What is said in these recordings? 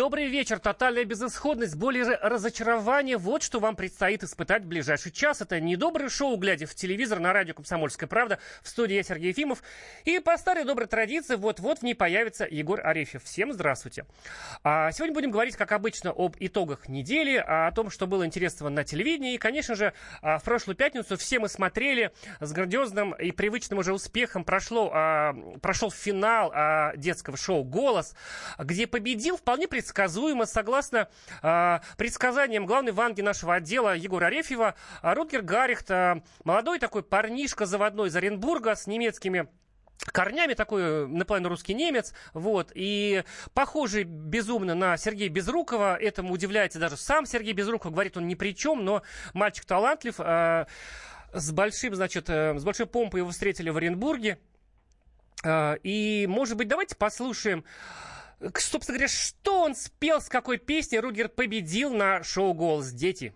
Добрый вечер. Тотальная безысходность, боль и разочарование. Вот что вам предстоит испытать в ближайший час. Это недоброе шоу, глядя в телевизор на радио «Комсомольская правда». В студии я, Сергей Ефимов. И по старой доброй традиции вот-вот в ней появится Егор Арефьев. Всем здравствуйте. Сегодня будем говорить, как обычно, об итогах недели, о том, что было интересного на телевидении. И, конечно же, в прошлую пятницу все мы смотрели с грандиозным и привычным уже успехом. Прошел финал детского шоу «Голос», где победил вполне предсказуемо, согласно предсказаниям главной ванги нашего отдела Егора Арефьева, Рутгер Гаррихт, молодой такой парнишка заводной из Оренбурга с немецкими корнями, такой наполовину русский немец, вот, и похожий безумно на Сергея Безрукова. Этому удивляется даже сам Сергей Безруков, говорит, он ни при чем, но мальчик талантлив. С большой помпой его встретили в Оренбурге. И, может быть, давайте послушаем, собственно говоря, что он спел, с какой песней Рутгер победил на шоу «Голос, дети».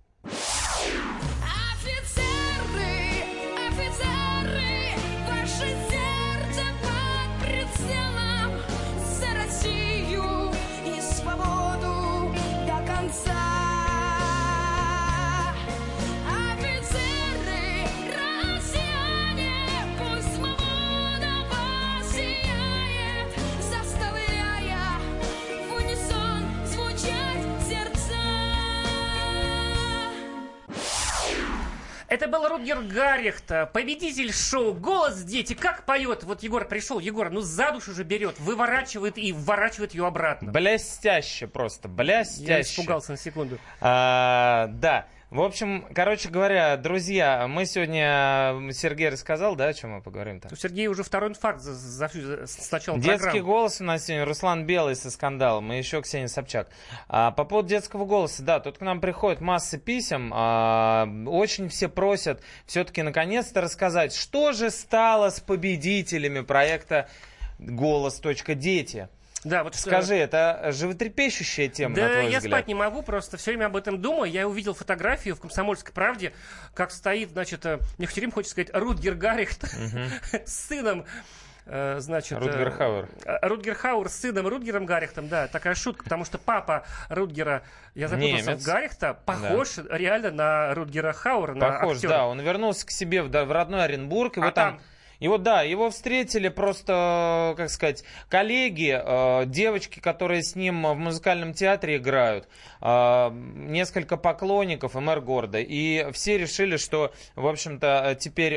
Это был Рутгер Гаррихт, победитель шоу «Голос, дети». Как поет? Вот Егор пришел. Егор, за душу же берет, выворачивает и вворачивает ее обратно. Блестяще просто, блестяще. Я испугался на секунду. Да. В общем, короче говоря, друзья, мы сегодня... Сергей рассказал, да, о чем мы поговорим там? У Сергея уже второй инфаркт с началом Детский программы. голос у нас сегодня, Руслан Белый со скандалом, и еще Ксения Собчак. По поводу детского голоса, да, тут к нам приходит масса писем, очень все просят все-таки наконец-то рассказать, что же стало с победителями проекта «Голос.дети». Да, вот скажи, это животрепещущая тема, на твой я взгляд? спать не могу, просто все время об этом думаю. Я увидел фотографию в «Комсомольской правде», как стоит, значит, мне все время хочется сказать, Рутгер Гаррихт с сыном, значит... Рутгер Хауэр. Рутгер Хауэр с сыном Рутгером Гаррихтом, да, такая шутка, потому что папа Рутгера, я запутался, Гаррихта, похож реально на Рутгера Хауэра, похож, актера. Да, он вернулся к себе в родной Оренбург, его там... Его встретили просто, как сказать, коллеги, девочки, которые с ним в музыкальном театре играют, несколько поклонников и мэр города. И все решили, что, в общем-то, теперь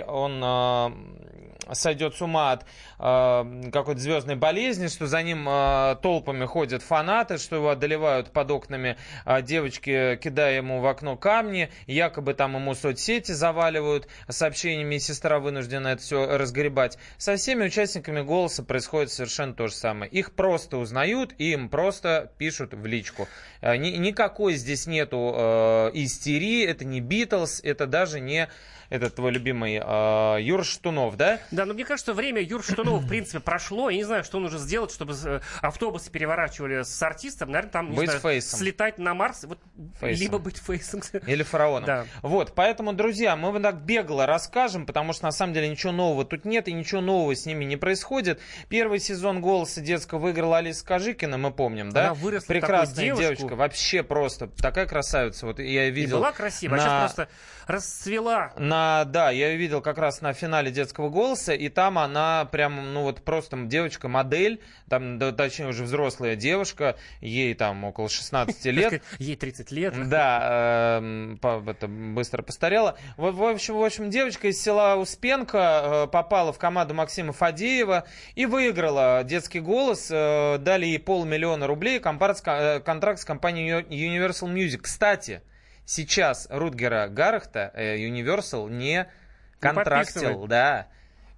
он сойдет с ума от какой-то звездной болезни, что за ним толпами ходят фанаты, что его одолевают под окнами девочки, кидая ему в окно камни, якобы там ему соцсети заваливают сообщениями, и сестра вынуждена это все разгребать. Со всеми участниками «Голоса» происходит совершенно то же самое. Их просто узнают, и им просто пишут в личку. Никакой здесь нету истерии, это не «Битлз», это даже не... Это твой любимый Юр Шатунов, да? Да, но мне кажется, время Юр Шатунова, в принципе, прошло. Я не знаю, что нужно сделать, чтобы автобусы переворачивали с артистом. Наверное, там, не знаю, фейсом. Слетать на Марс. Вот, либо быть фейсом. Или фараоном. Да. Вот, поэтому, друзья, мы вот так бегло расскажем, потому что, на самом деле, ничего нового тут нет, и ничего нового с ними не происходит. Первый сезон «Голоса» детского выиграла Алиса Кожикина, мы помним, да? Она выросла прекрасная девочка, вообще просто такая красавица. Вот я видел. И была красивая, а сейчас просто расцвела. Да, я ее видел как раз на финале детского «Голоса», и там она прям, просто девочка-модель, там, точнее, уже взрослая девушка, ей там около 16 лет. Ей 30 лет. Да, это быстро постарела. В общем, девочка из села Успенка попала в команду Максима Фадеева и выиграла детский «Голос», дали ей $500 000 рублей, контракт с компанией Universal Music. Кстати, сейчас Рутгера Гаррихта Universal не контрактил, да.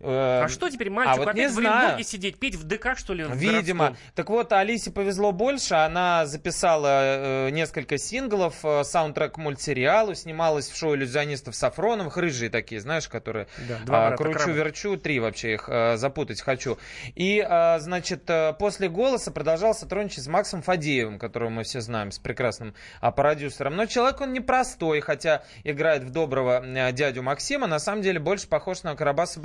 А что теперь мальчику вот опять в Оренбурге сидеть, петь в ДК, что ли? Видимо. Так вот, Алисе повезло больше. Она записала несколько синглов, саундтрек к мультсериалу, снималась в шоу иллюзионистов Сафроновых, рыжие такие, знаешь, которые кручу-верчу, 3 вообще их запутать хочу. И, значит, после «Голоса» продолжал сотрудничать с Максом Фадеевым, которого мы все знаем, с прекрасным продюсером. Но человек он непростой, хотя играет в доброго дядю Максима, на самом деле больше похож на Карабаса-Барабаса.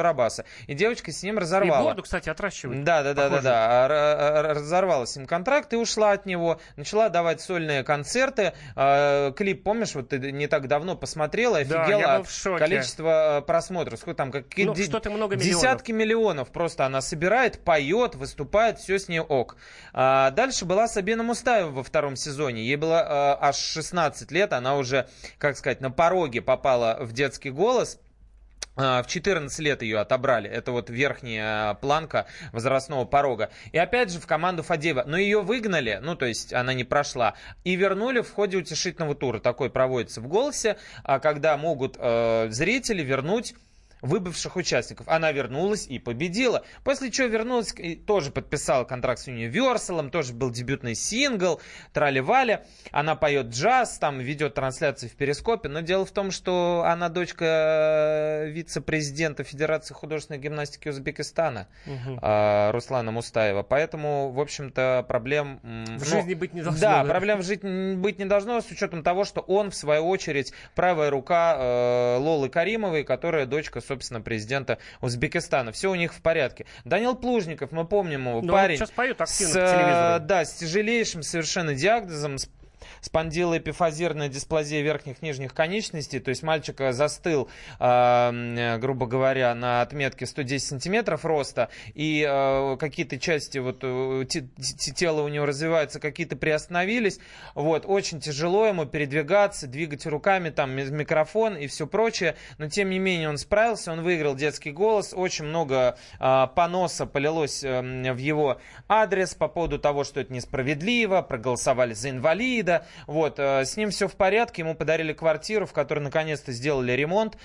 заниматься. И девочка с ним разорвала. И бороду, кстати, отращивает. Да. Разорвала с ним контракт и ушла от него. Начала давать сольные концерты. Клип, помнишь, вот ты не так давно посмотрела, офигела от количества просмотров. Сколько там, что-то много миллионов. Десятки миллионов просто она собирает, поет, выступает, все с ней ок. Дальше была Сабина Мустаева во втором сезоне. Ей было аж 16 лет, она уже, как сказать, на пороге попала в детский голос. В 14 лет ее отобрали. Это вот верхняя планка возрастного порога. И опять же в команду Фадеева. Но ее выгнали, ну то есть она не прошла. И вернули в ходе утешительного тура. Такой проводится в «Голосе», когда могут зрители вернуть выбывших участников. Она вернулась и победила. После чего вернулась и тоже подписала контракт с Universal, тоже был дебютный сингл, трали-вали. Она поет джаз, там ведет трансляции в Перископе. Но дело в том, что она дочка вице-президента Федерации художественной гимнастики Узбекистана, Руслана Мустаева. Поэтому, в общем-то, проблем... В жизни быть не должно. Да, проблем в жизни быть не должно, с учетом того, что он, в свою очередь, правая рука Лолы Каримовой, которая дочка, собственно, президента Узбекистана. Все у них в порядке. Данил Плужников, мы помним его, парень сейчас поет активно по телевизору. Да, с тяжелейшим совершенно диагнозом, спондилоэпифазирная дисплазия верхних и нижних конечностей, то есть мальчик застыл, грубо говоря, на отметке 110 сантиметров роста, и какие-то части вот, тела у него развиваются, какие-то приостановились. Вот, очень тяжело ему передвигаться, двигать руками, там, микрофон и все прочее, но тем не менее он справился, он выиграл детский голос, очень много поноса полилось в его адрес по поводу того, что это несправедливо, проголосовали за инвалида. Вот, с ним все в порядке, ему подарили квартиру, в которой наконец-то сделали ремонт,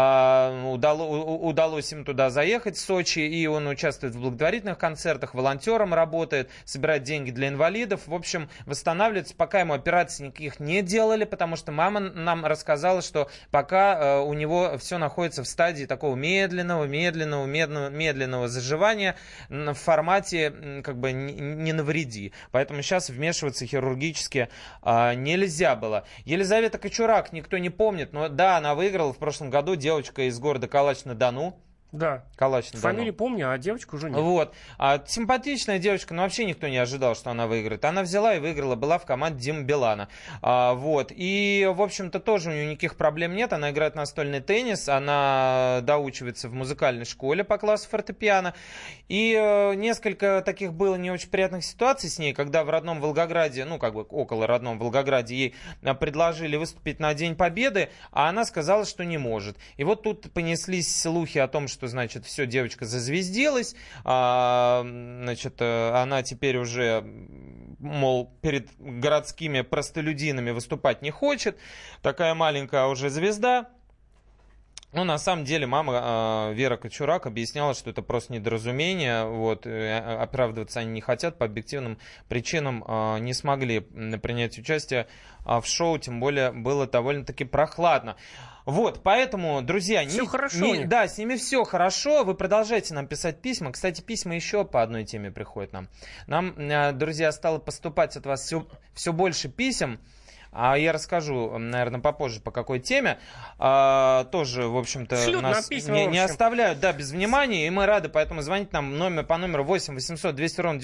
удалось им туда заехать, в Сочи, и он участвует в благотворительных концертах, волонтером работает, собирает деньги для инвалидов, в общем, восстанавливается, пока ему операций никаких не делали, потому что мама нам рассказала, что пока у него все находится в стадии такого медленного заживания в формате как бы не навреди, поэтому сейчас вмешиваться хирургически нельзя было. Елизавета Кочурак, никто не помнит, но да, она выиграла в прошлом году, девочка из города Калач-на-Дону. Да. Фамилию помню, а девочку уже нет. Вот. Симпатичная девочка, но вообще никто не ожидал, что она выиграет. Она взяла и выиграла, была в команде Димы Билана. Вот. И, в общем-то, тоже у нее никаких проблем нет. Она играет настольный теннис, она доучивается в музыкальной школе по классу фортепиано. И несколько таких было не очень приятных ситуаций с ней, когда в родном Волгограде, ну, как бы около родном Волгограде, ей предложили выступить на День Победы, а она сказала, что не может. И вот тут понеслись слухи о том, что, значит, все, девочка зазвездилась, значит, она теперь уже, мол, перед городскими простолюдинами выступать не хочет, такая маленькая уже звезда. Ну, на самом деле, мама Вера Кочурак объясняла, что это просто недоразумение, вот, оправдываться они не хотят, по объективным причинам не смогли принять участие в шоу, тем более было довольно-таки прохладно. Вот, поэтому, друзья, все хорошо. Да, с ними все хорошо. Вы продолжайте нам писать письма. Кстати, письма еще по одной теме приходят нам. Нам, друзья, стало поступать от вас все больше писем. А я расскажу, наверное, попозже, по какой теме. Тоже, в общем-то, нас не оставляют, да, без внимания. И мы рады, поэтому звоните нам по номеру 8 800 200 ровно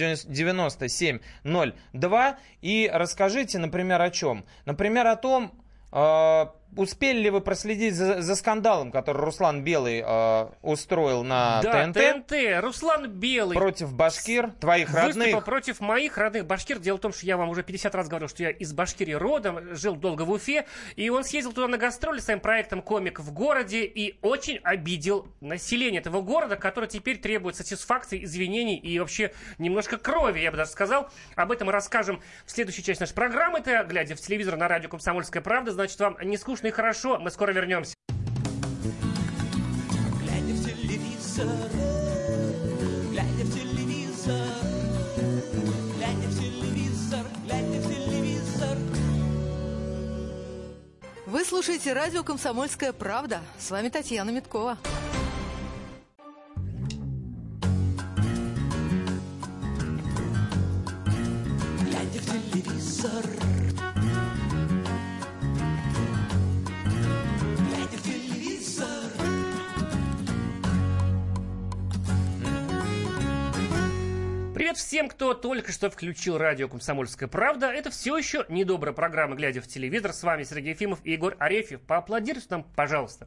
9702. И расскажите, например, о чем? Например, о том... Успели ли вы проследить за скандалом, который Руслан Белый устроил на ТНТ? Да, ТНТ. Руслан Белый. Против башкир, твоих родных. Выступил против моих родных башкир. Дело в том, что я вам уже 50 раз говорил, что я из Башкирии родом, жил долго в Уфе. И он съездил туда на гастроли с своим проектом «Комик в городе» и очень обидел население этого города, которое теперь требует сатисфакции, извинений и вообще немножко крови, я бы даже сказал. Об этом мы расскажем в следующей части нашей программы. Это, глядя в телевизор на радио «Комсомольская правда», значит, вам не скучно и хорошо. Мы скоро вернемся. Глядя в телевизор, глядя в телевизор, глядя в телевизор, глядя в телевизор. Вы слушаете радио «Комсомольская правда». С вами Татьяна Миткова. Глядя в телевизор. Привет всем, кто только что включил радио «Комсомольская правда». Это все еще недобрая программа «Глядя в телевизор». С вами Сергей Ефимов и Егор Арефьев. Поаплодируйте нам, пожалуйста.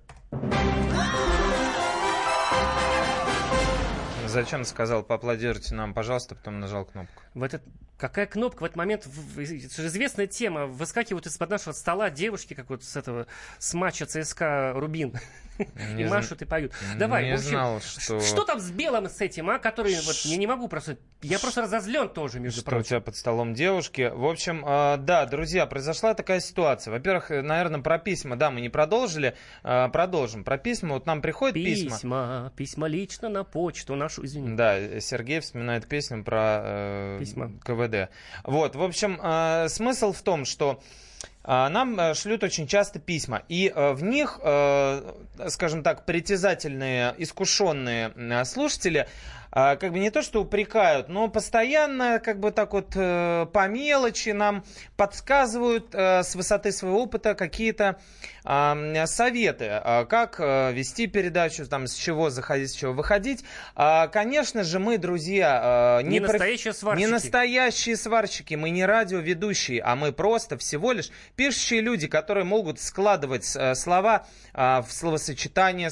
Зачем сказал поаплодируйте нам, пожалуйста, потом нажал кнопку? Какая кнопка в этот момент? Это же известная тема. Выскакивают из-под нашего стола девушки, как вот с матча ЦСКА «Рубин». И машут и поют. Давай, не в общем, знал, что там с белым с этим, который вот я не могу просто... Я просто разозлен тоже, между прочим. Что у тебя под столом девушки. В общем, да, друзья, произошла такая ситуация. Во-первых, наверное, про письма, да, мы не продолжили. Продолжим. Про письма. Вот нам приходят письма. Письма лично на почту нашу, извини. Да, Сергей вспоминает песню про письма. КВД. Вот, в общем, смысл в том, что нам шлют очень часто письма, и в них, скажем так, притязательные, искушенные слушатели как бы не то что упрекают, но постоянно как бы так вот по мелочи нам подсказывают с высоты своего опыта какие-то советы, как вести передачу, там, с чего заходить, с чего выходить. Конечно же, мы, друзья, не настоящие сварщики, мы не радиоведущие, а мы просто всего лишь пишущие люди, которые могут складывать слова в словосочетание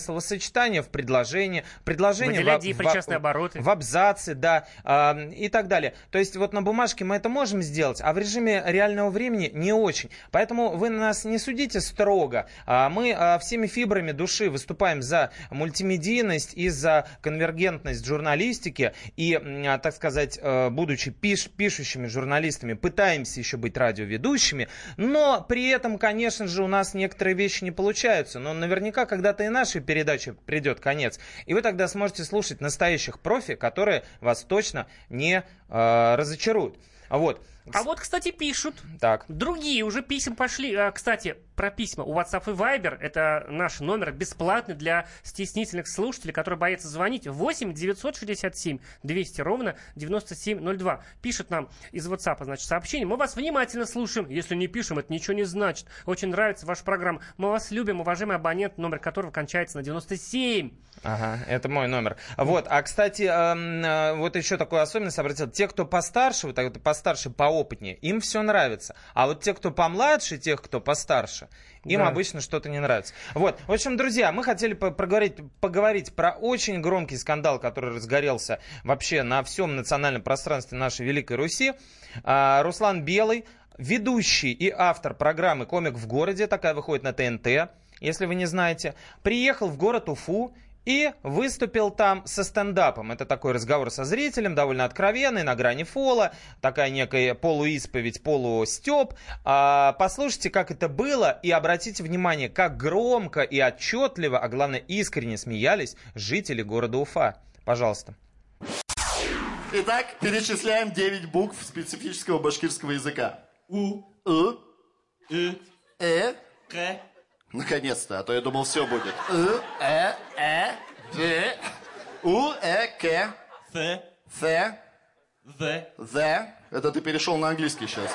в предложение выделять причастные обороты, в абзацы, да, и так далее. То есть вот на бумажке мы это можем сделать, а в режиме реального времени не очень. Поэтому вы нас не судите строго. Мы всеми фибрами души выступаем за мультимедийность и за конвергентность журналистики. И, так сказать, будучи пишущими журналистами, пытаемся еще быть радиоведущими. Но при этом, конечно же, у нас некоторые вещи не получаются. Но наверняка когда-то и нашей передаче придет конец. И вы тогда сможете слушать настоящих профи, которые вас точно не разочаруют. Вот. А вот, кстати, пишут. Так. Другие уже писем пошли. Кстати, про письма. У WhatsApp и Viber, это наш номер, бесплатный для стеснительных слушателей, которые боятся звонить. 8 967 200 ровно 9702. Пишет нам из WhatsApp, значит, сообщение. Мы вас внимательно слушаем. Если не пишем, это ничего не значит. Очень нравится ваша программа. Мы вас любим, уважаемый абонент, номер которого кончается на 97. Ага, это мой номер. Вот, кстати, вот еще такую особенность обратил. Те, кто постарше, вот так вот постарше, поопытнее, им все нравится. А вот те, кто помладше, тех, кто постарше, им обычно что-то не нравится. Вот, в общем, друзья, мы хотели поговорить про очень громкий скандал, который разгорелся вообще на всем национальном пространстве нашей Великой Руси. Руслан Белый, ведущий и автор программы «Комик в городе», такая выходит на ТНТ, если вы не знаете, приехал в город Уфу и выступил там со стендапом. Это такой разговор со зрителем, довольно откровенный, на грани фола, такая некая полуисповедь, полустёб. Послушайте, как это было, и обратите внимание, как громко и отчетливо, а главное искренне смеялись жители города Уфа. Пожалуйста. Итак, перечисляем 9 букв специфического башкирского языка. У, К. Наконец-то, а то я думал, все будет. У, К. З. Это ты перешел на английский сейчас.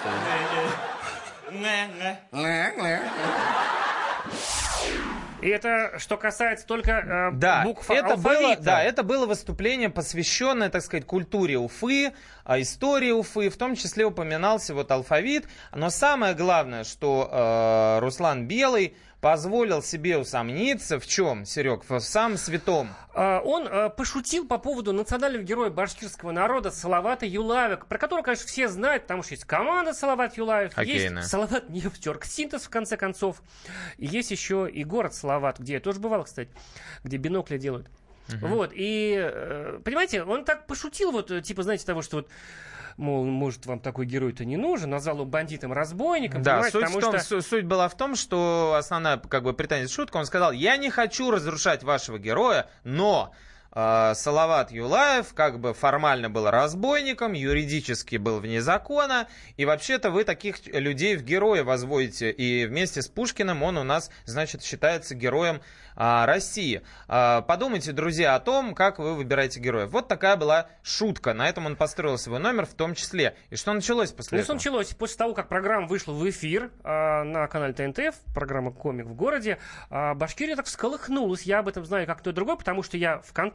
И это что касается только букв это алфавита. Это было выступление, посвященное, так сказать, культуре Уфы, истории Уфы, в том числе упоминался вот алфавит. Но самое главное, что Руслан Белый позволил себе усомниться в чем, Серег, в самом святом. Он пошутил по поводу национального героя башкирского народа Салавата Юлаева, про которого, конечно, все знают, потому что есть команда Салават Юлаев, хоккейная. Есть Салават Нефтьоргсинтез, в конце концов, и есть еще и город Салават, где я тоже бывал, кстати, где бинокли делают. Вот, и, понимаете, он так пошутил, вот, типа, знаете, того, что вот, мол, может, вам такой герой-то не нужен, назвал его бандитом-разбойником. Да, суть была в том, что основная, как бы, претензия шутка, он сказал: я не хочу разрушать вашего героя, но Салават Юлаев как бы формально был разбойником, юридически был вне закона, и вообще-то вы таких людей в герои возводите, и вместе с Пушкиным он у нас, значит, считается героем России. Подумайте, друзья, о том, как вы выбираете героев. Вот такая была шутка. На этом он построил свой номер в том числе. И что началось после этого? Что началось? После того, как программа вышла в эфир на канале ТНТ, программа «Комик в городе», Башкирия так всколыхнулась. Я об этом знаю как кто другой, потому что я ВКонтакте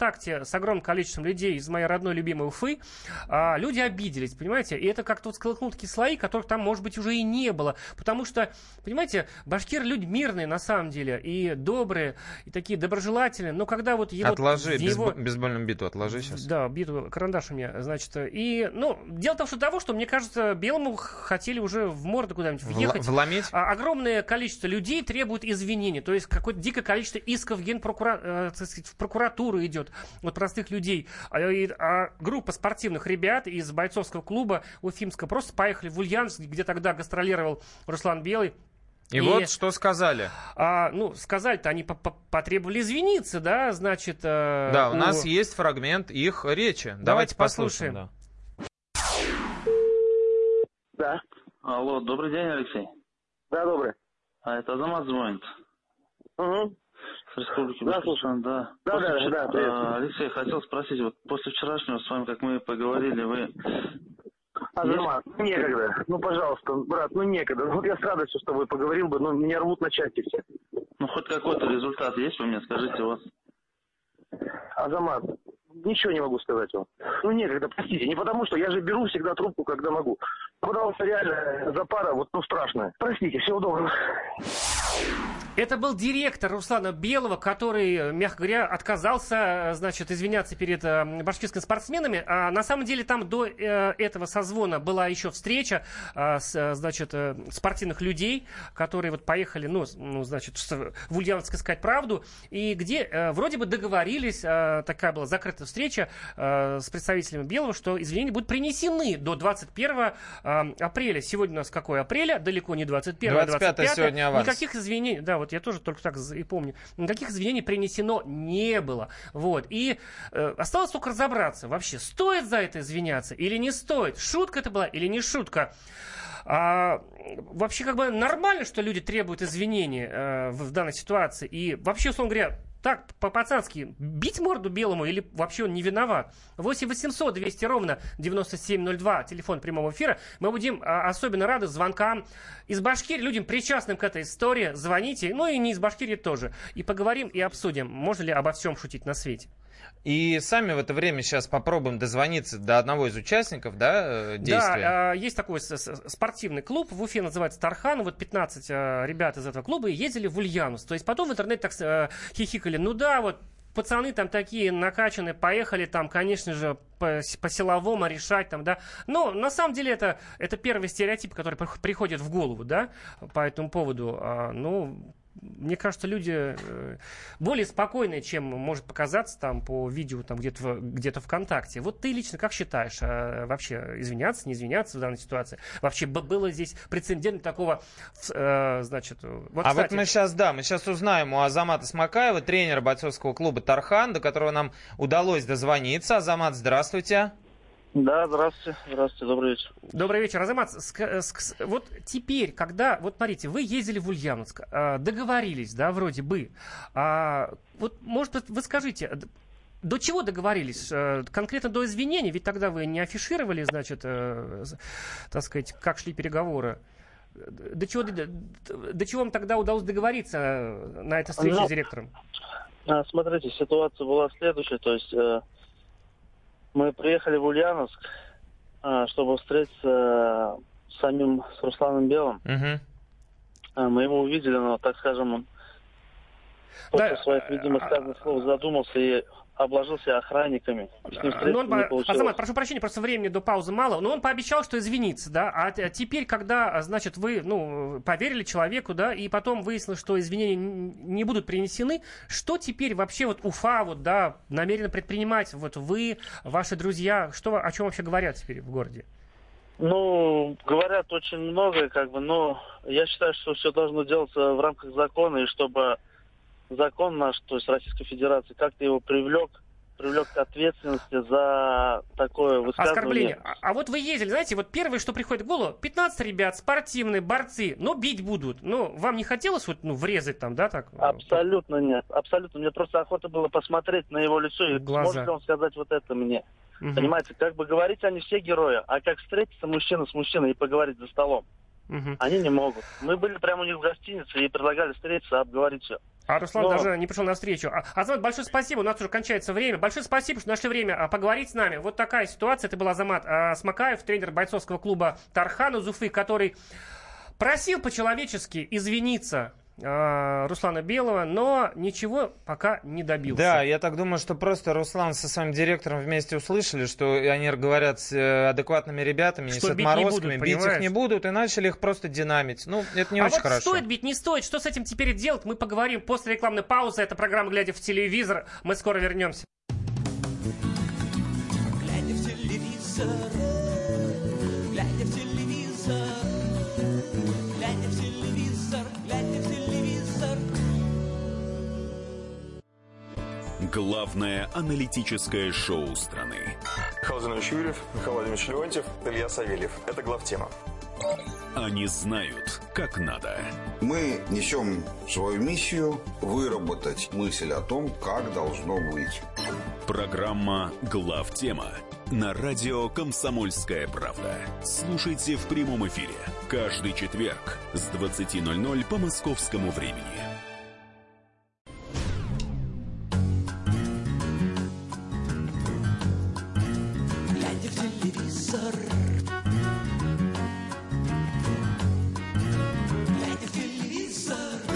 контакте с огромным количеством людей из моей родной любимой Уфы, люди обиделись, понимаете? И это как-то вот сколыхнуло такие слои, которых там, может быть, уже и не было. Потому что, понимаете, башкиры люди мирные на самом деле, и добрые, и такие доброжелательные. Но когда вот его... Отложи, бейсбольную биту отложи сейчас. Да, биту карандаш у меня, значит. И, дело в том, что мне кажется, белому хотели уже в морду куда-нибудь въехать. Вломить? Огромное количество людей требует извинений. То есть какое-то дикое количество исков в прокуратуру идет от простых людей. А группа спортивных ребят из бойцовского клуба Уфимска просто поехали в Ульяновск, где тогда гастролировал Руслан Белый. И вот что сказали. Сказали-то они потребовали извиниться, да, значит... Да, у нас есть фрагмент их речи. Давайте послушаем. Да. Да. Алло, добрый день, Алексей. Да, добрый. Это Азамат звонит. Угу. С Республики Башкортостан. Да. Да. Алексей, хотел спросить, вот после вчерашнего с вами, как мы поговорили, вы... Азамат, некогда. Пожалуйста, брат, некогда. Вот я с радостью с тобой поговорил бы, но меня рвут на части все. Хоть какой-то результат есть, вы мне скажите, у вас? Азамат, ничего не могу сказать вам. Некогда, простите. Не потому, что я же беру всегда трубку, когда могу. Потому что реально запара, страшная. Простите, всего доброго. Это был директор Руслана Белого, который, мягко говоря, отказался, значит, извиняться перед башкирскими спортсменами. А на самом деле там до этого созвона была еще встреча, значит, спортивных людей, которые вот поехали, значит, в Ульяновск искать правду, и где вроде бы договорились, такая была закрытая встреча с представителями Белого, что извинения будут принесены до 21 апреля. Сегодня у нас какое апреля? Далеко не 21, 25 сегодня аванс. Никаких извинений, да, вот я тоже только так и помню, никаких извинений принесено не было. Вот. И осталось только разобраться, вообще, стоит за это извиняться или не стоит, шутка это была или не шутка. Вообще, нормально, что люди требуют извинений в данной ситуации. И вообще, условно говоря, так, по-пацански, бить морду Белому или вообще он не виноват? 8 800 200 ровно 9702, телефон прямого эфира. Мы будем особенно рады звонкам из Башкирии, людям, причастным к этой истории. Звоните, и не из Башкирии тоже. И поговорим, и обсудим, можно ли обо всем шутить на свете. И сами в это время сейчас попробуем дозвониться до одного из участников, действия. Да, есть такой спортивный клуб в Уфе, называется Тархан. Вот 15 ребят из этого клуба ездили в Ульяновск. То есть потом в интернете так хихикали. Пацаны там такие накачанные, поехали там, конечно же, по силовому решать там, да. Но на самом деле это первый стереотип, который приходит в голову, да, по этому поводу. Мне кажется, люди более спокойные, чем может показаться там по видео там где-то ВКонтакте. Вот ты лично как считаешь, вообще извиняться, не извиняться в данной ситуации? Вообще было здесь прецедент такого, значит... Вот, кстати... вот мы сейчас узнаем у Азамата Смакаева, тренера бойцовского клуба «Тархан», до которого нам удалось дозвониться. Азамат, здравствуйте. Да, здравствуйте, добрый вечер. Добрый вечер, Азамат. Вот теперь, когда, вот смотрите, вы ездили в Ульяновск, договорились, да, вроде бы. Вот, может быть, вы скажите, до чего договорились? Конкретно до извинений, ведь тогда вы не афишировали, значит, так сказать, как шли переговоры. До чего вам тогда удалось договориться на этой встрече с директором? Смотрите, ситуация была следующая, то есть... Мы приехали в Ульяновск, чтобы встретиться с Русланом Белым. Угу. Мы его увидели, но, так скажем, после своих, видимо, сказанных слов задумался и обложился охранниками. С ним встретиться не получилось. Азамат, прошу прощения, просто времени до паузы мало, но он пообещал, что извинится, да, а теперь, когда, значит, вы, поверили человеку, да, и потом выяснилось, что извинения не будут принесены, что теперь вообще вот Уфа, вот, да, намерена предпринимать, вот вы, ваши друзья, о чем вообще говорят теперь в городе? Говорят очень многое, но я считаю, что все должно делаться в рамках закона, и чтобы закон наш, то есть Российской Федерации, как-то его привлек к ответственности за такое высказывание. Оскорбление. А вот вы ездили, знаете, вот первое, что приходит в голову, 15 ребят, спортивные, борцы, но бить будут. Вам не хотелось врезать там, да, так? Абсолютно нет, абсолютно. Мне просто охота было посмотреть на его лицо, и сможет ли он сказать вот это мне. Угу. Понимаете, говорить они все герои, а как встретиться мужчина с мужчиной и поговорить за столом, они не могут. Мы были прямо у них в гостинице и предлагали встретиться, обговорить все. А Руслан даже не пришел навстречу. Азамат, большое спасибо, у нас уже кончается время. Большое спасибо, что нашли время поговорить с нами. Вот такая ситуация. Это был Азамат Смакаев, тренер бойцовского клуба «Тархан» из Уфы, который просил по-человечески извиниться Руслана Белого, но ничего пока не добился. Да, я так думаю, что просто Руслан со своим директором вместе услышали, что они говорят с адекватными ребятами, что с отморозками, бить их не будут, и начали их просто динамить. Ну, это не очень вот хорошо. Стоит бить, не стоит, что с этим теперь делать, мы поговорим после рекламной паузы. Это программа «Глядя в телевизор». Мы скоро вернемся. Глядя в телевизор, глядя в телевизор, глядя в телевизор, глядя в телевизор. Главное аналитическое шоу страны. Михаил Владимирович Юрьев, Михаил Владимирович Леонтьев, Илья Савельев. Это главтема. Они знают, как надо. Мы несем свою миссию выработать мысль о том, как должно быть. Программа «Главтема» на радио «Комсомольская правда». Слушайте в прямом эфире каждый четверг с 20:00 по московскому времени. Глядя в телевизор, глядя в телевизор.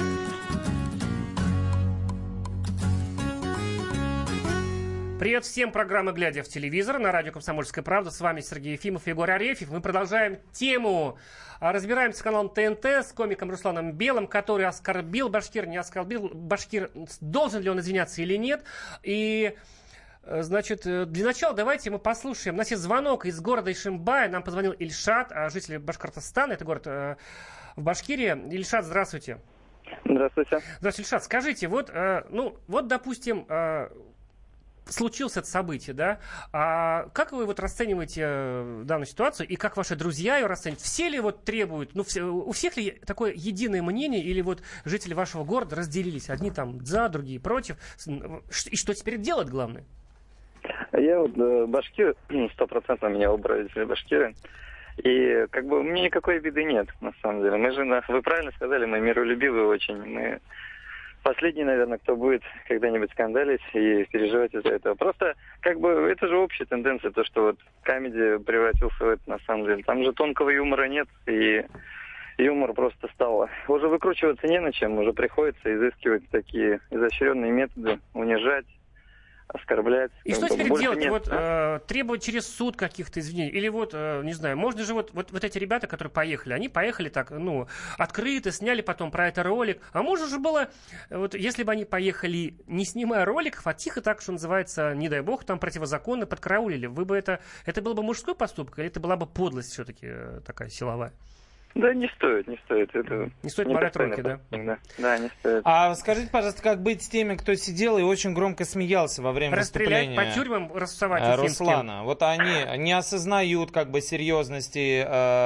Привет всем, программа «Глядя в телевизор» на радио «Комсомольская правда». С вами Сергей Ефимов и Егор Арефьев. Мы продолжаем тему. Разбираемся с каналом ТНТ, с комиком Русланом Белым, который оскорбил Башкир, не оскорбил Башкир, должен ли он извиняться или нет. И, значит, для начала давайте мы послушаем. У нас есть звонок из города Ишимбая. Нам позвонил Ильшат, житель Башкортостана. Это город в Башкирии. Ильшат, здравствуйте. Здравствуйте. Здравствуйте, Ильшат. Скажите, вот, допустим, случилось это событие, да? А как вы вот расцениваете данную ситуацию и как ваши друзья ее расценивают? Все ли вот требуют, у всех ли такое единое мнение или вот жители вашего города разделились? Одни там за, другие против. И что теперь делать, главное? Я вот башкир, 100% меня выбрали жители Башкиры. И как бы у меня никакой беды нет, на самом деле. Мы же, вы правильно сказали, мы миролюбивые очень. Мы последний, наверное, кто будет когда-нибудь скандалить и переживать из-за этого. Просто, как бы, это же общая тенденция, то, что вот комедия превратился в это, на самом деле. Там же тонкого юмора нет, и юмор просто стал. Уже выкручиваться не на чем, уже приходится изыскивать такие изощренные методы, унижать, оскорблять. И что теперь делать? Вот, требовать через суд каких-то извинений? Или вот, не знаю, можно же вот эти ребята, которые поехали, они поехали так, открыто, сняли потом про это ролик. А можно же было, вот если бы они поехали, не снимая роликов, а тихо так, что называется, не дай бог, там противозаконно подкараулили, вы бы это был бы мужской поступок, или это была бы подлость все-таки такая силовая? Да, не стоит. Это не стоит морать руки, да? Да, не стоит. А скажите, пожалуйста, как быть с теми, кто сидел и очень громко смеялся во время выступления? Расстрелять, по тюрьмам рассовать Руслана. Вот они не осознают как бы серьезности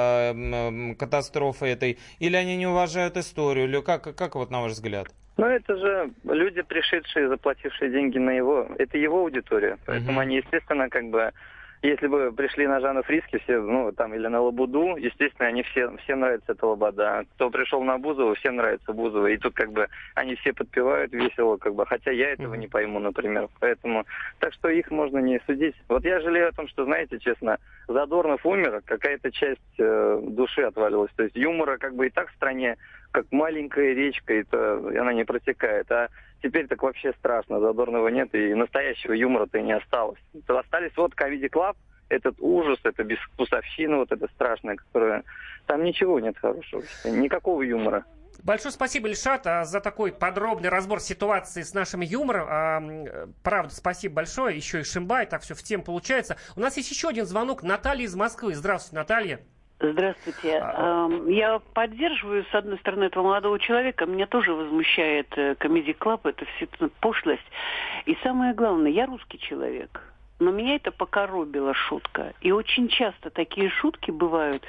катастрофы этой, или они не уважают историю, или как вот на ваш взгляд? Ну, это же люди, пришедшие, заплатившие деньги это его аудитория. Поэтому они, естественно, как бы... Если бы пришли на Жанов Риски, все, или на Лободу, естественно, они всем нравится эта Лобода. Кто пришел на Бузову, всем нравится Бузова. И тут как бы они все подпевают весело, как бы, хотя я этого не пойму, например. Поэтому, так что их можно не судить. Вот я жалею о том, что, знаете, честно, Задорнов умер, какая-то часть души отвалилась. То есть юмора как бы и так в стране, как маленькая речка, она не протекает. А теперь так вообще страшно, Задорнова нет, и настоящего юмора-то и не осталось. Остались вот Comedy Club, этот ужас, это безвкусовщина, вот это страшное, которое... Там ничего нет хорошего, никакого юмора. Большое спасибо, Ильшат, за такой подробный разбор ситуации с нашим юмором. Правда, спасибо большое. Еще и Шимбай, так все в тему получается. У нас есть еще один звонок. Наталья из Москвы. Здравствуйте, Наталья. Здравствуйте. Я поддерживаю, с одной стороны, этого молодого человека. Меня тоже возмущает Comedy Club, это все пошлость. И самое главное, я русский человек. Но меня это покоробила шутка. И очень часто такие шутки бывают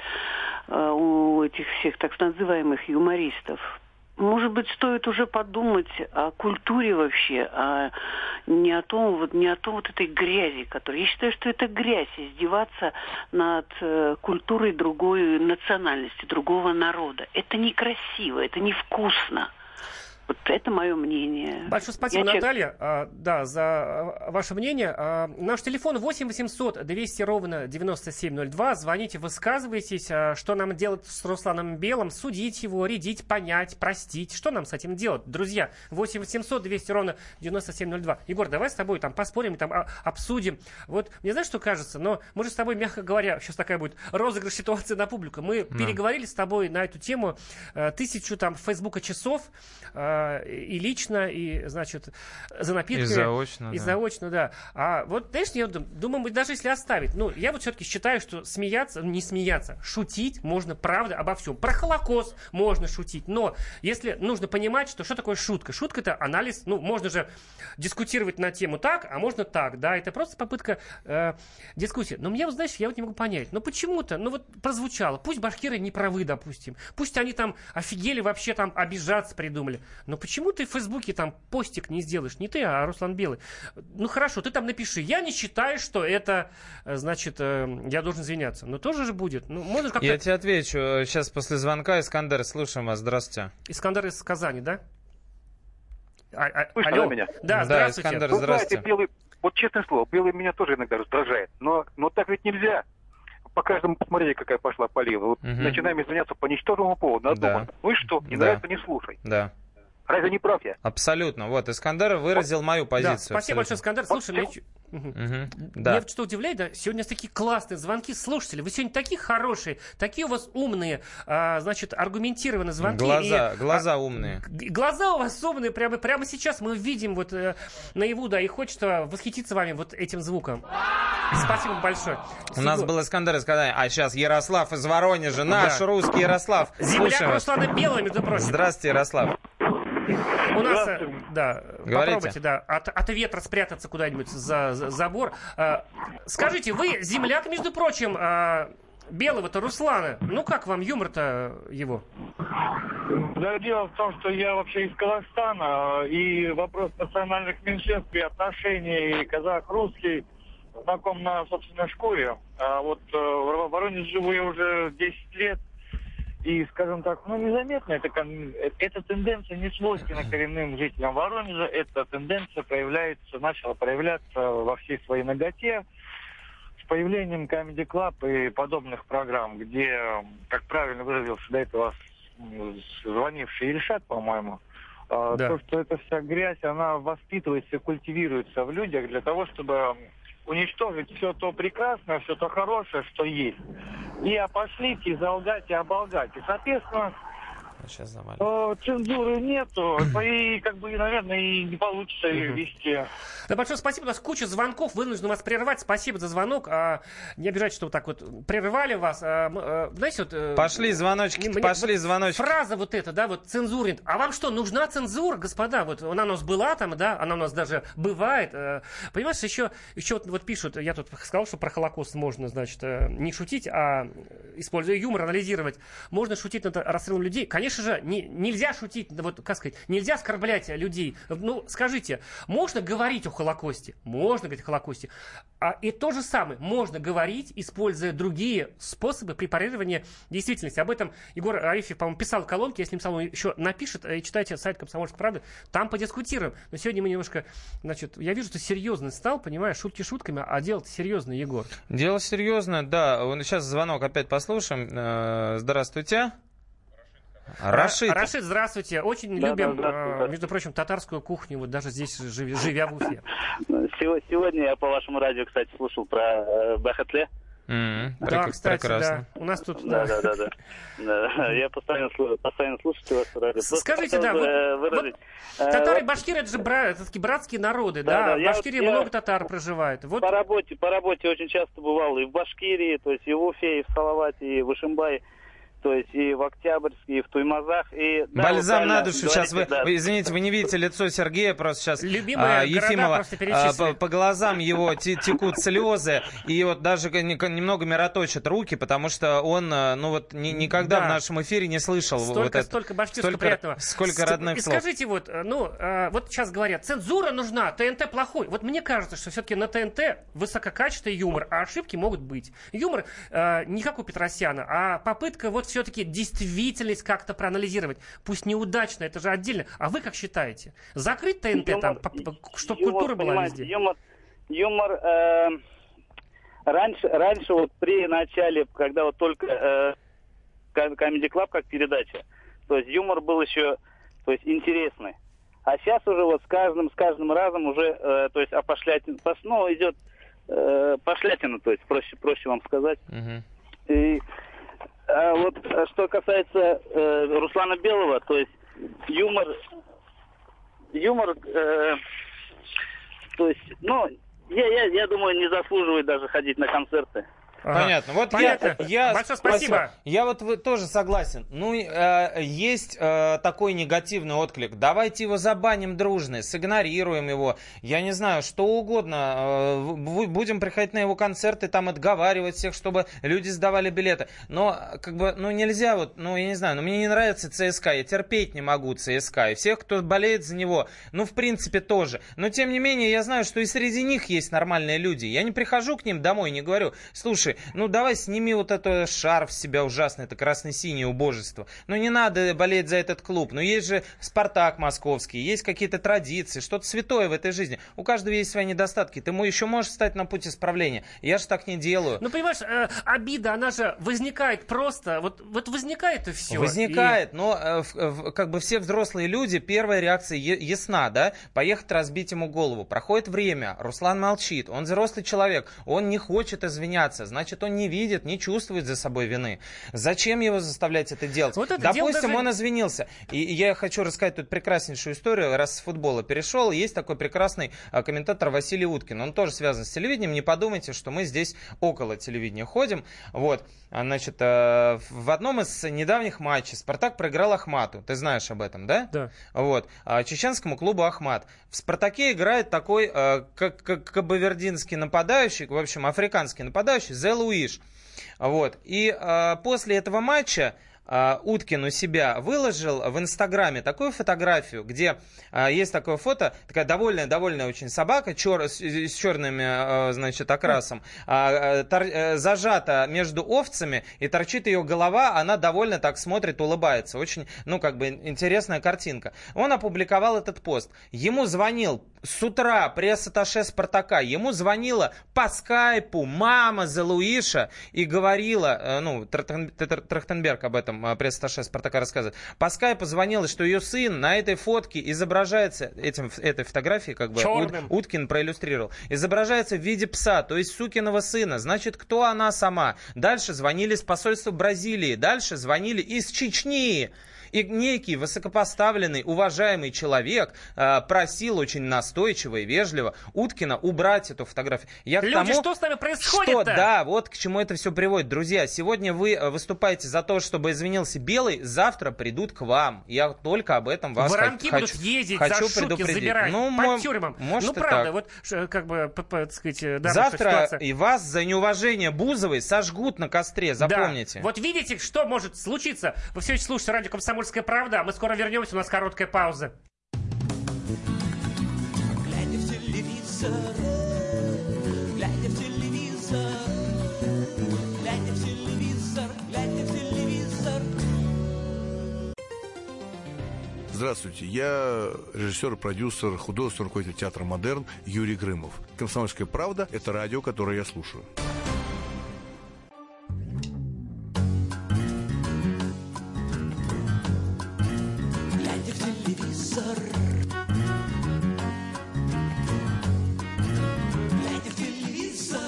у этих всех так называемых юмористов. Может быть, стоит уже подумать о культуре вообще, а не о том вот этой грязи, которая... Я считаю, что это грязь, издеваться над культурой другой национальности, другого народа. Это некрасиво, это невкусно. Вот это мое мнение. Большое спасибо, Наталья, за ваше мнение. Наш телефон 8 800 200 ровно 9702. Звоните, высказывайтесь. Что нам делать с Русланом Белым? Судить его, рядить, понять, простить. Что нам с этим делать? Друзья, 8 800 200 ровно 9702. Егор, давай с тобой там поспорим, там обсудим. Вот, мне знаешь, что кажется? Но мы же с тобой, мягко говоря, сейчас такая будет розыгрыш ситуации на публику. Мы переговорили с тобой на эту тему 1000 там Фейсбука часов, и лично, и, значит, за напитками. И заочно, да. А вот, знаешь, я думаю, даже если оставить, я вот все-таки считаю, что не смеяться, шутить можно, правда, обо всем. Про Холокост можно шутить, но если нужно понимать, что такое шутка. Шутка — это анализ, можно же дискутировать на тему так, а можно так, да, это просто попытка дискуссии. Но мне, знаешь, я вот не могу понять, почему-то, вот прозвучало, пусть башкиры не правы, допустим, пусть они там офигели, вообще там обижаться придумали, но почему ты в Фейсбуке там постик не сделаешь? Не ты, а Руслан Белый. Хорошо, ты там напиши. Я не считаю, что это, значит, я должен извиняться. Но тоже же будет. Можно как-то... Я тебе отвечу. Сейчас после звонка. Искандер, слушаем вас. Здравствуйте. Искандер из Казани, да? Слышно меня? Да, здравствуйте. Искандер, здравствуйте. Знаете, Белый, вот честное слово, Белый меня тоже иногда раздражает. Но так ведь нельзя. По каждому посмотрите, какая пошла полива. Вот начинаем извиняться по ничтожному поводу. Надуман. Ну и что? Не нравится, не слушай. Да. Разве не прав я? Абсолютно. Вот, Искандер выразил мою позицию. Да, спасибо большое, Искандер. Слушай, меня что удивляет, да, сегодня такие классные звонки слушателей. Вы сегодня такие хорошие, такие у вас умные, значит, аргументированные звонки. Глаза умные. Глаза у вас умные. Прямо сейчас мы видим вот наяву, да, и хочется восхититься вами вот этим звуком. Спасибо большое. У нас был Искандер из Казани, а сейчас Ярослав из Воронежа, наш русский Ярослав. Земляк Руслана Белого, между прочим. Здравствуйте, Ярослав. У нас, да, попробуйте, да, от ветра спрятаться куда-нибудь за забор. Скажите, вы земляк, между прочим, Белого-то Руслана. Как вам юмор-то его? Да, дело в том, что я вообще из Казахстана, и вопрос национальных меньшинств и отношений казах-русский знаком на собственной шкуре. А вот в Воронеже живу я уже 10 лет. И, скажем так, незаметно эта тенденция не свойственна коренным жителям Воронежа. Эта тенденция начала проявляться во всей своей наготе с появлением Comedy Club и подобных программ, где, как правильно выразился до этого звонивший Ильшат, по-моему, то, что эта вся грязь, она воспитывается и культивируется в людях для того, чтобы уничтожить все то прекрасное, все то хорошее, что есть. И опошлить, и залгать, и оболгать. И, соответственно, цензуры нету, и, наверное, и не получится ее вести. Да, большое спасибо. У нас куча звонков. Вынужден вас прерывать. Спасибо за звонок. Не обижайте, что вот так вот прерывали вас. Знаете, вот... Пошли звоночки. Фраза вот эта, да, вот цензура. А вам что, нужна цензура, господа? Вот она у нас была там, да, она у нас даже бывает. Понимаешь, еще вот пишут, я тут сказал, что про Холокост можно, значит, не шутить, а, используя юмор, анализировать. Можно шутить над расстрелом людей. Конечно же, нельзя шутить, вот, как сказать, нельзя оскорблять людей. Скажите, можно говорить о Холокосте? Можно говорить о Холокосте. И то же самое можно говорить, используя другие способы препарирования действительности. Об этом Егор Арефьев, по-моему, писал в колонке. Если сам еще напишет, и читайте сайт «Комсомольской правды», там подискутируем. Но сегодня мы немножко, значит, я вижу, что серьезно стал, понимаешь, шутки шутками, а дело-то серьезно, Егор. Дело серьезно, да. Сейчас звонок опять послушаем. Здравствуйте. Рашид, здравствуйте. Очень любим, между прочим, татарскую кухню, вот даже здесь, живя в Уфе. Сегодня я по вашему радио, кстати, слушал про Бахатле. Да, кстати, прекрасно. Да. У нас тут... Да. Я постоянно слушаю вас по радио. Скажите, вот татары и башкиры, это же такие братские народы, да? В Башкирии много татар проживает. Вот... По работе очень часто бывал и в Башкирии, то есть и в Уфе, и в Салавате, и в Ишимбае. То есть и в Октябрьске, и в Туймазах. И, бальзам на душу. Сейчас вы, извините, вы не видите лицо Сергея, просто сейчас Ефимова. По глазам его текут слезы. И вот даже немного мироточат руки, потому что он никогда в нашем эфире не слышал столько башкирского приятного. Сколько родных слов. Скажите, вот сейчас говорят, цензура нужна, ТНТ плохой. Вот мне кажется, что все-таки на ТНТ высококачественный юмор, а ошибки могут быть. Юмор не как у Петросяна, а попытка вот все-таки действительность как-то проанализировать? Пусть неудачно, это же отдельно. А вы как считаете? Закрыть ТНТ там, чтобы культура была везде? Юмор раньше вот при начале, когда вот только Comedy Club как передача, то есть юмор был еще, то есть интересный. А сейчас уже вот с каждым разом уже, то есть опошлятина, ну, идет пошлятина, то есть проще вам сказать. И вот что касается Руслана Белого, то есть юмор, то есть, ну, я думаю, не заслуживает даже ходить на концерты. Понятно. Вот Понятно. я Большое спасибо. Я вот тоже согласен. Ну, есть такой негативный отклик. Давайте его забаним дружно, сигнорируем его. Я не знаю, что угодно. Будем приходить на его концерты, там отговаривать всех, чтобы люди сдавали билеты. Но, как бы, ну, нельзя вот, ну, я не знаю, но мне не нравится ЦСКА, я терпеть не могу ЦСКА. И всех, кто болеет за него, ну, в принципе, тоже. Но, тем не менее, я знаю, что и среди них есть нормальные люди. Я не прихожу к ним домой, не говорю, слушай, ну давай сними вот этот шарф с себя ужасный, это красно-синее убожество. Ну не надо болеть за этот клуб. Ну есть же Спартак московский, есть какие-то традиции, что-то святое в этой жизни. У каждого есть свои недостатки. Ты еще можешь встать на путь исправления. Я же так не делаю. Ну понимаешь, обида, она же возникает просто, вот возникает и все. Возникает, но как бы все взрослые люди, первая реакция ясна, да? Поехать разбить ему голову. Проходит время, Руслан молчит, он взрослый человек, он не хочет извиняться, значит он не видит, не чувствует за собой вины. Зачем его заставлять это делать? Вот это допустим, он извинился. И я хочу рассказать тут прекраснейшую историю, раз с футбола перешел. Есть такой прекрасный комментатор Василий Уткин. Он тоже связан с телевидением. Не подумайте, что мы здесь около телевидения ходим. Вот. Значит, в одном из недавних матчей Спартак проиграл Ахмату. Ты знаешь об этом, да? Да. Вот. Чеченскому клубу Ахмат. В Спартаке играет такой кабавердинский нападающий, в общем, африканский нападающий, Зе Луиш. Вот. И после этого матча Уткин у себя выложил в Инстаграме такую фотографию, где есть такое фото, такая довольная очень собака с черным, значит, окрасом, зажата между овцами, и торчит ее голова, она довольно так смотрит, улыбается. Очень, ну, как бы интересная картинка. Он опубликовал этот пост. Ему звонил с утра пресс-атташе Спартака, ему звонила по скайпу мама Зе Луиша и говорила, ну, Трахтенберг об этом пресс-атташе Спартака рассказывает, по скайпу звонила, что ее сын на этой фотке изображается, этой фотографии, как бы Уткин проиллюстрировал, изображается в виде пса, то есть сукиного сына. Значит, кто она сама? Дальше звонили с посольства Бразилии, дальше звонили из Чечни. И некий высокопоставленный, уважаемый человек просил очень настойчиво и вежливо Уткина убрать эту фотографию. Люди, что с нами происходит-то? Да, вот к чему это все приводит. Друзья, сегодня вы выступаете за то, чтобы извинился Белый, завтра придут к вам. Я только об этом вас будут ездить, хочу за шутки забирать, по тюрьмам. Может, ну, правда, так. Вот, как бы, так сказать, да, завтра и вас за неуважение Бузовой сожгут на костре, запомните. Да. Вот видите, что может случиться? Вы все еще слушаете радио «Комсомольская правда». Мы скоро вернемся, у нас короткая пауза. Глядя в телевизор, глядя в телевизор, глядя в телевизор, глядя в телевизор. Здравствуйте, я режиссер, продюсер, художественный руководитель театра «Модерн» Юрий Грымов. «Комсомольская правда» — это радио, которое я слушаю. Глядя в телевизор, глядя в телевизор.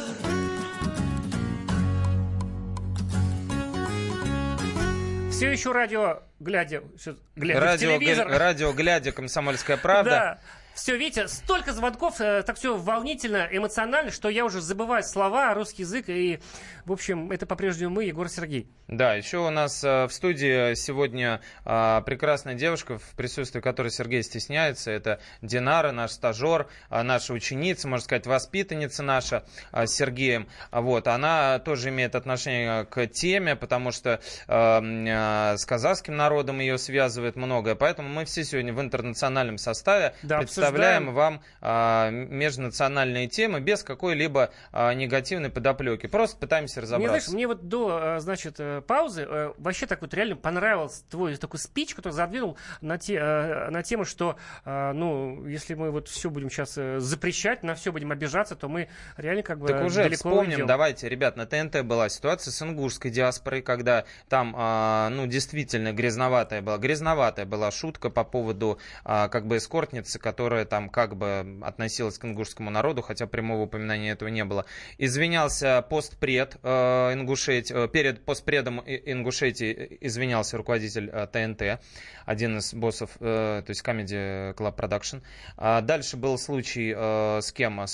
Все еще радио, глядя в телевизор. Радио, глядя, «Комсомольская правда». Да. Все, видите, столько звонков, так все волнительно, эмоционально, что я уже забываю слова, русский язык, и, в общем, это по-прежнему мы, Егор Сергей. Да, еще у нас в студии сегодня прекрасная девушка, в присутствии которой Сергей стесняется, это Динара, наш стажер, наша ученица, можно сказать, воспитанница наша с Сергеем. Вот, она тоже имеет отношение к теме, потому что с казахским народом ее связывает многое, поэтому мы все сегодня в интернациональном составе. Да, представляем вам межнациональные темы без какой-либо негативной подоплеки. Просто пытаемся разобраться. Мне вот до, значит, паузы вообще так вот реально понравился твой такой спич, который задвинул на тему, что, ну, если мы вот все будем сейчас запрещать, на все будем обижаться, то мы реально как бы так уже далеко вспомним, уйдем. давайте, ребят, на ТНТ была ситуация с ингушской диаспорой, когда там, ну, действительно грязноватая была шутка по поводу как бы эскортницы, которая там как бы относилась к ингушскому народу, хотя прямого упоминания этого не было. Извинялся постпред Ингушетии, перед постпредом Ингушетии извинялся руководитель ТНТ, один из боссов, то есть Comedy Club Production. Дальше был случай с кем?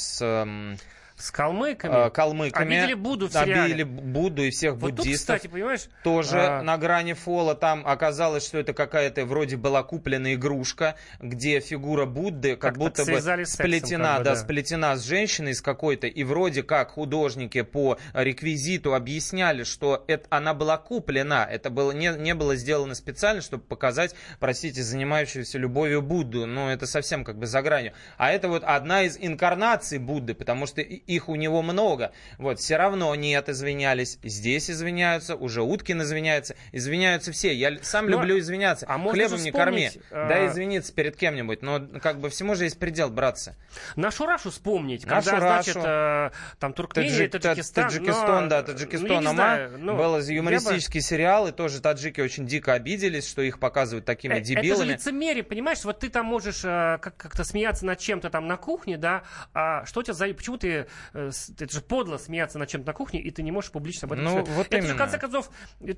С калмыками. Обидели Будду в сериале. Обидели Будду и всех вот буддистов. Тут, кстати, понимаешь, тоже на грани фола. Там оказалось, что это какая-то вроде была куплена игрушка, где фигура Будды как будто бы сплетена, сплетена с женщиной с какой-то. И вроде как художники по реквизиту объясняли, что она была куплена. Это было, не было сделано специально, чтобы показать, простите, занимающуюся любовью Будду. Но это совсем как бы за гранью. А это вот одна из инкарнаций Будды, потому что их у него много. Вот, все равно нет, извинялись. Здесь извиняются, уже Уткин извиняются все. Я сам люблю извиняться. Хлебом не корми. Да извиниться перед кем-нибудь. Но как бы всему же есть предел, братцы. Нашу Рашу вспомнить. Когда, значит, там Туркмения, Таджикистан. Таджикистан, был юмористический сериал, и тоже таджики очень дико обиделись, что их показывают такими дебилами. Это же лицемерие, понимаешь? Вот ты там можешь как-то смеяться над чем-то там на кухне, да, а что у тебя за... Почему ты... Это же подло смеяться над чем-то на кухне, и ты не можешь публично об этом сказать. Вот это же, в конце концов,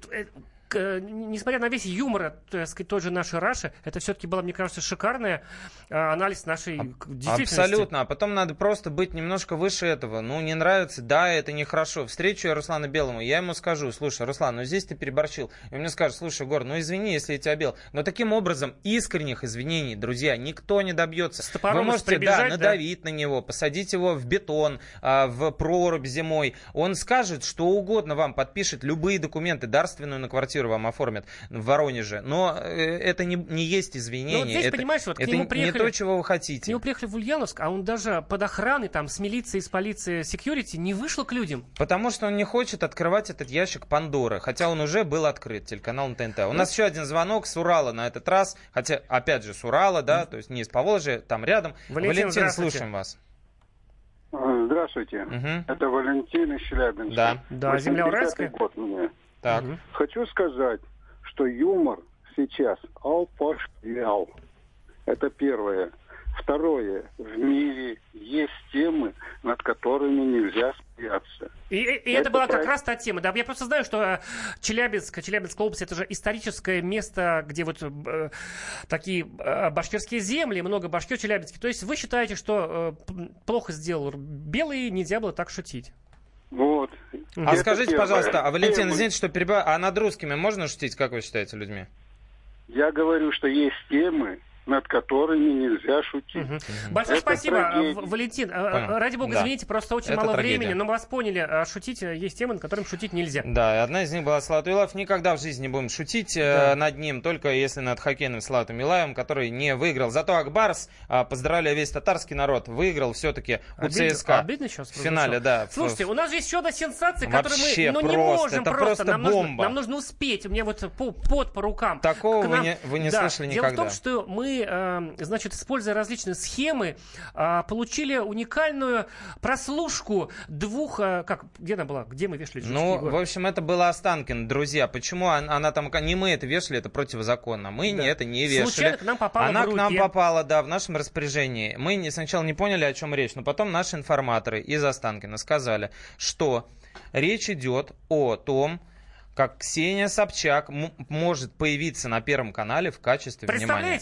несмотря на весь юмор, так сказать, той же нашей Раши, это все-таки была, мне кажется, шикарный анализ нашей действительности. Абсолютно. А потом надо просто быть немножко выше этого. Ну, не нравится, да, это нехорошо. Встречу я Руслана Белому, я ему скажу: слушай, Руслан, ну здесь ты переборщил. И он мне скажет: слушай, Гор, ну извини, если я тебя бил. Но таким образом искренних извинений, друзья, никто не добьется. Вы можете, надавить на него, посадить его в бетон, в прорубь зимой. Он скажет что угодно вам, подпишет любые документы, дарственную на квартиру вам оформят в Воронеже. Но это не есть извинение. Вот здесь, это, понимаешь, вот это не то, чего вы хотите. К нему приехали в Ульяновск, а он даже под охраной, там, с милицией, с полицией, security не вышел к людям. Потому что он не хочет открывать этот ящик Пандоры, хотя он уже был открыт, телеканал на ТНТ. У нас еще один звонок с Урала на этот раз, хотя, опять же, с Урала, да, то есть не из Поволжья, там рядом. Валентин, слушаем вас. Здравствуйте. Это Валентин из Челябинска. Да, земля Уральская. Так. Хочу сказать, что юмор сейчас опошлял. Это первое. Второе. В мире есть темы, над которыми нельзя смеяться. И это была как раз та тема. Да, я просто знаю, что Челябинская область — это же историческое место, где вот такие башкирские земли, много башкир челябинских. То есть вы считаете, что плохо сделал Белый, нельзя было так шутить? Вот. А скажите, пожалуйста, Валентин, извините, что перебиваю, а над русскими можно шутить, как вы считаете, людьми? Я говорю, что есть темы, над которыми нельзя шутить. Большое спасибо, Валентин. Ради бога, извините, просто очень мало времени, но мы вас поняли. Шутить есть темы, над которыми шутить нельзя. Да, и одна из них была Салават Юлаев. Никогда в жизни не будем шутить над ним, только если над хоккейным Салаватом Юлаевым, который не выиграл. Зато Акбарс, поздравляю весь татарский народ, выиграл все-таки у ЦСКА. Обидно сейчас в финале, да. Слушайте, у нас есть еще одна сенсация, которую мы не можем просто. Нам нужно успеть. У меня вот пот по рукам. Такого вы не слышали никогда. Дело в том, что мы, значит, используя различные схемы, получили уникальную прослушку двух... Где она была? Где мы вешали? В общем, это было Останкино, друзья. Почему она там... Не мы это вешали, это противозаконно. Мы это не вешали. Случайно к нам попала Она к нам попала, да, в нашем распоряжении. Мы сначала не поняли, о чем речь, но потом наши информаторы из Останкино сказали, что речь идет о том, как Ксения Собчак может появиться на Первом канале в качестве, внимания,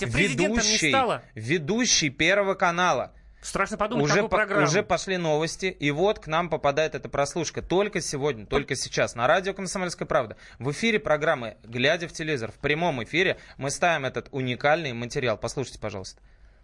ведущей Первого канала. Страшно подумать, какую программу. Уже пошли новости, и вот к нам попадает эта прослушка. Только сегодня, только сейчас, на радио «Комсомольская правда». В эфире программы «Глядя в телевизор», в прямом эфире, мы ставим этот уникальный материал. Послушайте, пожалуйста.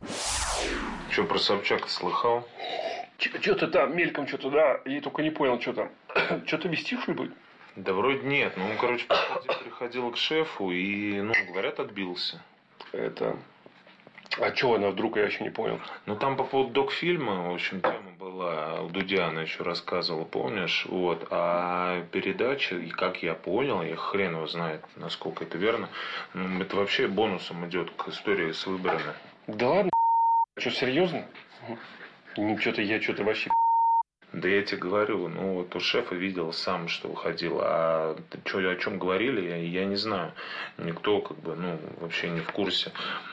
Что про Собчак слыхал? Что-то там, мельком что-то, да. Я только не понял, что там. Что-то вести, что ли? Да вроде нет. Ну, он, приходил к шефу и, говорят, отбился. Это... А что она вдруг, я еще не понял. Ну, там по поводу док-фильма, в общем, тема была, у Дудя она еще рассказывала, помнишь? Вот. А передача, и как я понял, и хрен его знает, насколько это верно, это вообще бонусом идет к истории с выборами. Да ладно? Что, серьезно? Что-то я вообще... Да я тебе говорю, ну вот у шефа видел сам, что выходил, а о чем говорили, я не знаю. Никто как бы, ну, вообще не в курсе.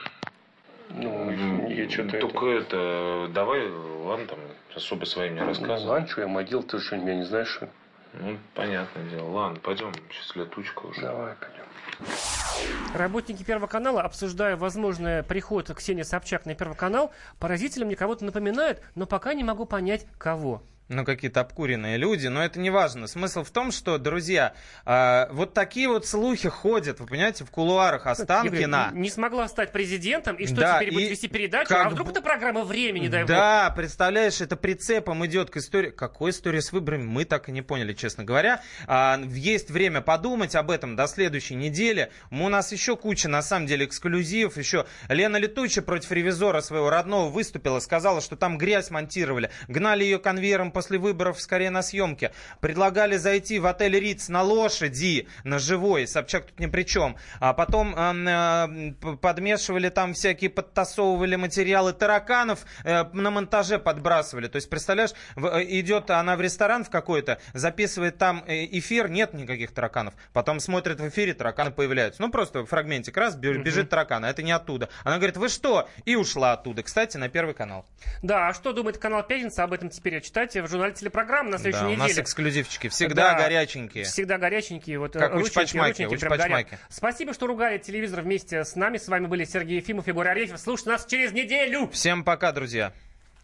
Ну, я что-то... Только это, давай, ладно, там, особо своим не рассказывай. Ну, ладно, что я могил, ты что, меня не знаешь, что? Ну, понятное дело. Ладно, пойдем, сейчас летучка уже. Давай, пойдем. Работники Первого канала, обсуждая возможный приход Ксении Собчак на Первый канал, поразительно мне кого-то напоминают, но пока не могу понять, кого. Ну, какие-то обкуренные люди, но это не важно. Смысл в том, что, друзья, вот такие вот слухи ходят, вы понимаете, в кулуарах Останкина. Игорь, не смогла стать президентом, и что да, теперь будет вести передачу? А вдруг это программа «Времени», дай бог? Да, представляешь, это прицепом идет к истории. Какой истории с выборами, мы так и не поняли, честно говоря. Есть время подумать об этом до следующей недели. У нас еще куча, на самом деле, эксклюзивов. Еще Лена Летучая против ревизора своего родного выступила, сказала, что там грязь монтировали, гнали ее конвейером после выборов скорее на съемке. Предлагали зайти в отель Риц на лошади, на живой. Собчак тут ни при чем. А потом подмешивали там всякие, подтасовывали материалы тараканов, на монтаже подбрасывали. То есть, представляешь, идет она в ресторан в какой-то, записывает там эфир, нет никаких тараканов. Потом смотрит в эфире, тараканы появляются. Ну, просто фрагментик, раз, бежит таракан, а это не оттуда. Она говорит, вы что? И ушла оттуда. Кстати, на Первый канал. Да, а что думает канал «Пятница» об этом теперь читайте в журнале «Телепрограмма» на следующей неделе. У нас эксклюзивчики, всегда горяченькие. Всегда горяченькие. Вот, как учпачмаки. Спасибо, что ругали телевизор вместе с нами. С вами были Сергей Ефимов и Егор Арефьев. Слушайте нас через неделю. Всем пока, друзья.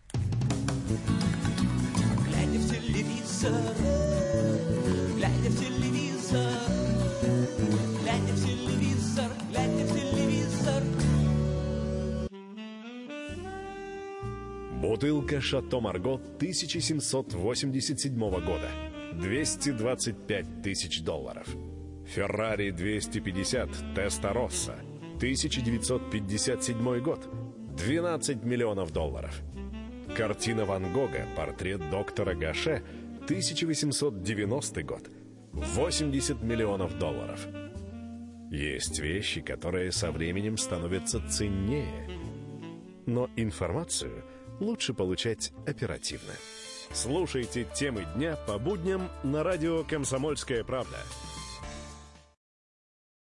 Глядя в телевизор, глядя в телевизор, глядя в телевизор, глядя в телевизор. Бутылка «Шато Марго» 1787 года. $225 тысяч. Феррари 250 Теста-Росса. 1957 год. $12 миллионов. Картина Ван Гога «Портрет доктора Гаше». 1890 год. $80 миллионов. Есть вещи, которые со временем становятся ценнее. Но информацию лучше получать оперативно. Слушайте темы дня по будням на радио «Комсомольская правда».